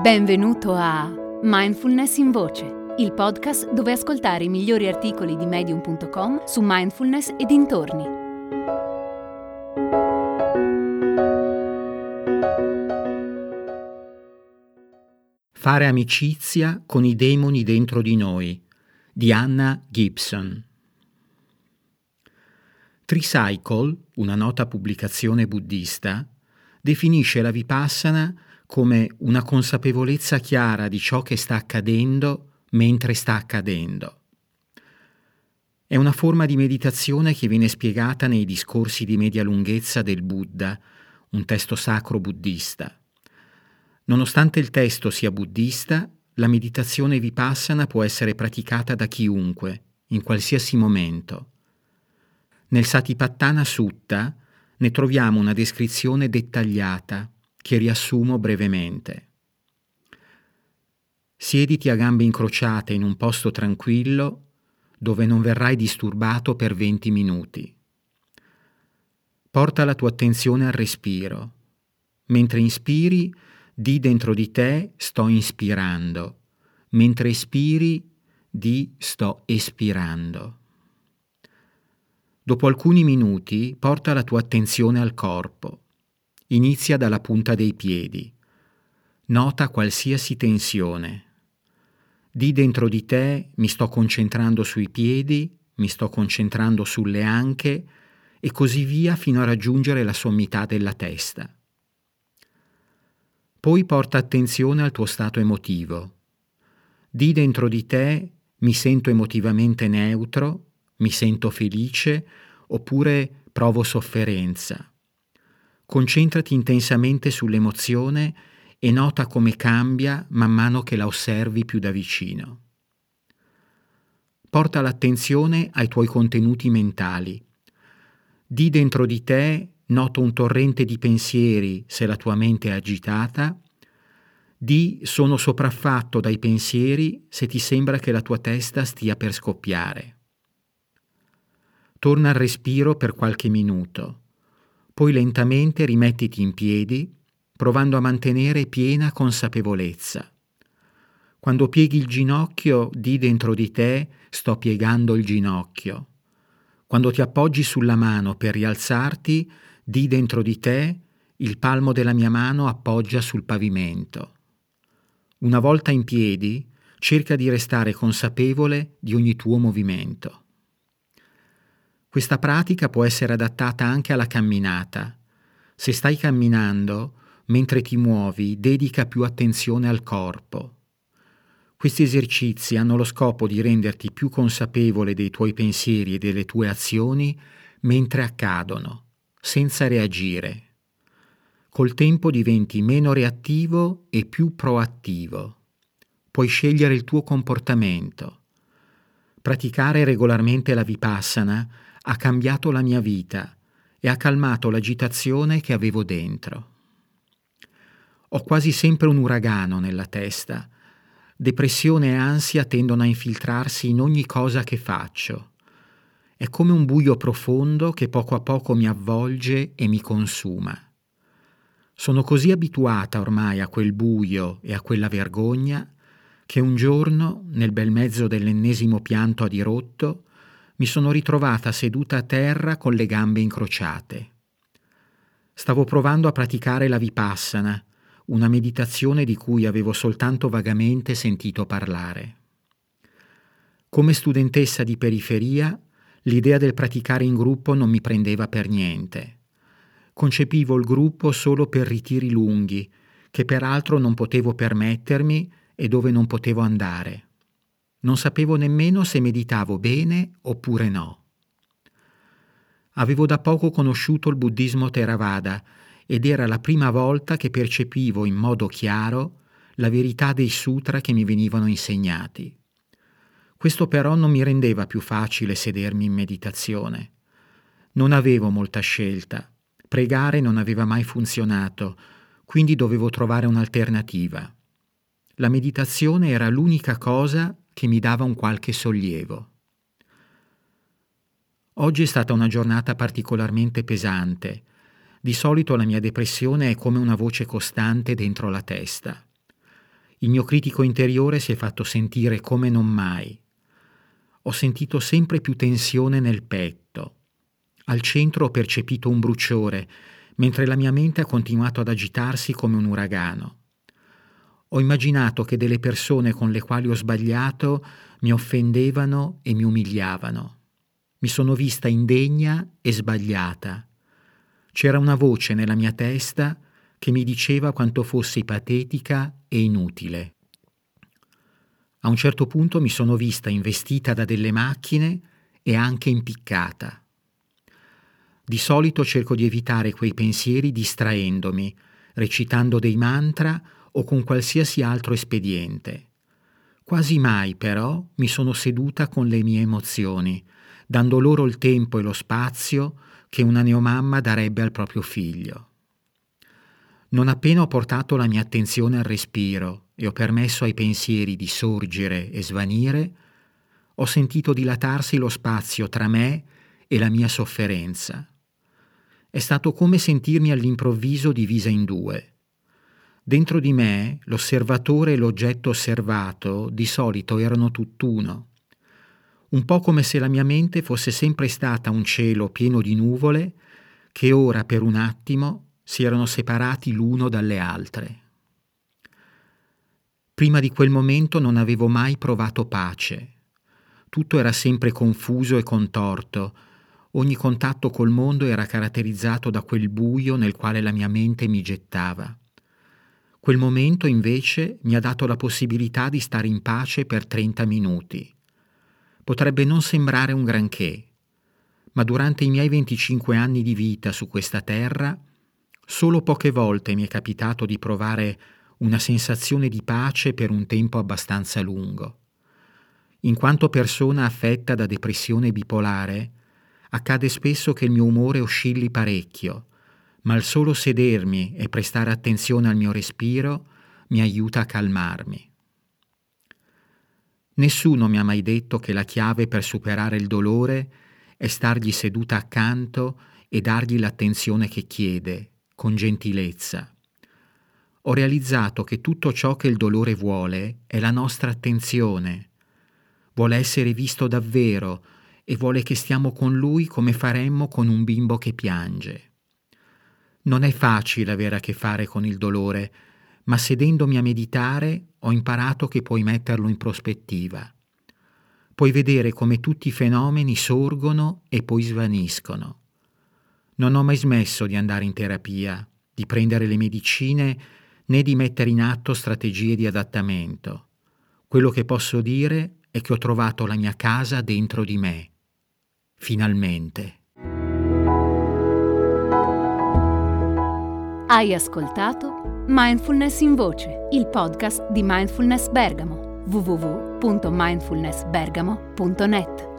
Benvenuto a Mindfulness in Voce, il podcast dove ascoltare i migliori articoli di Medium.com su mindfulness e dintorni. Fare amicizia con i demoni dentro di noi, di Anna Gibson. Tricycle, una nota pubblicazione buddista, definisce la Vipassana come una consapevolezza chiara di ciò che sta accadendo mentre sta accadendo. È una forma di meditazione che viene spiegata nei discorsi di media lunghezza del Buddha, un testo sacro buddista. Nonostante il testo sia buddista, la meditazione Vipassana può essere praticata da chiunque, in qualsiasi momento. Nel Satipatthana Sutta ne troviamo una descrizione dettagliata che riassumo brevemente. Siediti a gambe incrociate in un posto tranquillo dove non verrai disturbato per 20 minuti. Porta la tua attenzione al respiro. Mentre inspiri, di dentro di te sto inspirando. Mentre espiri, di sto espirando. Dopo alcuni minuti, porta la tua attenzione al corpo. Inizia dalla punta dei piedi. Nota qualsiasi tensione. Di dentro di te mi sto concentrando sui piedi, mi sto concentrando sulle anche e così via fino a raggiungere la sommità della testa. Poi porta attenzione al tuo stato emotivo. Di dentro di te mi sento emotivamente neutro, mi sento felice oppure provo sofferenza. Concentrati intensamente sull'emozione e nota come cambia man mano che la osservi più da vicino. Porta l'attenzione ai tuoi contenuti mentali. Di dentro di te noto un torrente di pensieri se la tua mente è agitata. Di sono sopraffatto dai pensieri se ti sembra che la tua testa stia per scoppiare. Torna al respiro per qualche minuto. Poi lentamente rimettiti in piedi, provando a mantenere piena consapevolezza. Quando pieghi il ginocchio, di dentro di te sto piegando il ginocchio. Quando ti appoggi sulla mano per rialzarti, di dentro di te il palmo della mia mano appoggia sul pavimento. Una volta in piedi, cerca di restare consapevole di ogni tuo movimento. Questa pratica può essere adattata anche alla camminata. Se stai camminando, mentre ti muovi, dedica più attenzione al corpo. Questi esercizi hanno lo scopo di renderti più consapevole dei tuoi pensieri e delle tue azioni mentre accadono, senza reagire. Col tempo diventi meno reattivo e più proattivo. Puoi scegliere il tuo comportamento. Praticare regolarmente la Vipassana ha cambiato la mia vita e ha calmato l'agitazione che avevo dentro. Ho quasi sempre un uragano nella testa. Depressione e ansia tendono a infiltrarsi in ogni cosa che faccio. È come un buio profondo che poco a poco mi avvolge e mi consuma. Sono così abituata ormai a quel buio e a quella vergogna che un giorno, nel bel mezzo dell'ennesimo pianto a dirotto, mi sono ritrovata seduta a terra con le gambe incrociate. Stavo provando a praticare la Vipassana, una meditazione di cui avevo soltanto vagamente sentito parlare. Come studentessa di periferia, l'idea del praticare in gruppo non mi prendeva per niente. Concepivo il gruppo solo per ritiri lunghi, che peraltro non potevo permettermi e dove non potevo andare. Non sapevo nemmeno se meditavo bene oppure no. Avevo da poco conosciuto il buddismo Theravada ed era la prima volta che percepivo in modo chiaro la verità dei sutra che mi venivano insegnati. Questo però non mi rendeva più facile sedermi in meditazione. Non avevo molta scelta. Pregare non aveva mai funzionato, quindi dovevo trovare un'alternativa. La meditazione era l'unica cosa che mi dava un qualche sollievo. Oggi è stata una giornata particolarmente pesante. Di solito la mia depressione è come una voce costante dentro la testa. Il mio critico interiore si è fatto sentire come non mai. Ho sentito sempre più tensione nel petto. Al centro ho percepito un bruciore, mentre la mia mente ha continuato ad agitarsi come un uragano. Ho immaginato che delle persone con le quali ho sbagliato mi offendevano e mi umiliavano. Mi sono vista indegna e sbagliata. C'era una voce nella mia testa che mi diceva quanto fossi patetica e inutile. A un certo punto mi sono vista investita da delle macchine e anche impiccata. Di solito cerco di evitare quei pensieri distraendomi, recitando dei mantra o con qualsiasi altro espediente. Quasi mai, però, mi sono seduta con le mie emozioni, dando loro il tempo e lo spazio che una neomamma darebbe al proprio figlio. Non appena ho portato la mia attenzione al respiro e ho permesso ai pensieri di sorgere e svanire, ho sentito dilatarsi lo spazio tra me e la mia sofferenza. È stato come sentirmi all'improvviso divisa in due. Dentro di me l'osservatore e l'oggetto osservato di solito erano tutt'uno. Un po' come se la mia mente fosse sempre stata un cielo pieno di nuvole che ora per un attimo si erano separati l'uno dalle altre. Prima di quel momento non avevo mai provato pace. Tutto era sempre confuso e contorto. Ogni contatto col mondo era caratterizzato da quel buio nel quale la mia mente mi gettava. Quel momento invece mi ha dato la possibilità di stare in pace per 30 minuti. Potrebbe non sembrare un granché, ma durante i miei 25 anni di vita su questa terra, solo poche volte mi è capitato di provare una sensazione di pace per un tempo abbastanza lungo. In quanto persona affetta da depressione bipolare, accade spesso che il mio umore oscilli parecchio, ma il solo sedermi e prestare attenzione al mio respiro mi aiuta a calmarmi. Nessuno mi ha mai detto che la chiave per superare il dolore è stargli seduta accanto e dargli l'attenzione che chiede, con gentilezza. Ho realizzato che tutto ciò che il dolore vuole è la nostra attenzione. Vuole essere visto davvero e vuole che stiamo con lui come faremmo con un bimbo che piange. Non è facile avere a che fare con il dolore, ma sedendomi a meditare ho imparato che puoi metterlo in prospettiva. Puoi vedere come tutti i fenomeni sorgono e poi svaniscono. Non ho mai smesso di andare in terapia, di prendere le medicine, né di mettere in atto strategie di adattamento. Quello che posso dire è che ho trovato la mia casa dentro di me. Finalmente. Hai ascoltato Mindfulness in Voce, il podcast di Mindfulness Bergamo, www.mindfulnessbergamo.net.